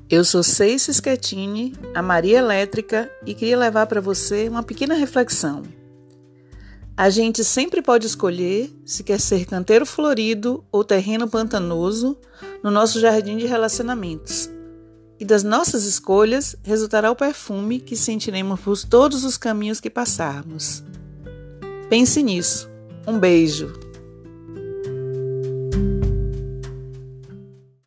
Eu sou Ceice Schettini, a Maria Elétrica, e queria levar para você uma pequena reflexão. A gente sempre pode escolher se quer ser canteiro florido ou terreno pantanoso no nosso jardim de relacionamentos. E das nossas escolhas resultará o perfume que sentiremos por todos os caminhos que passarmos. Pense nisso. Um beijo.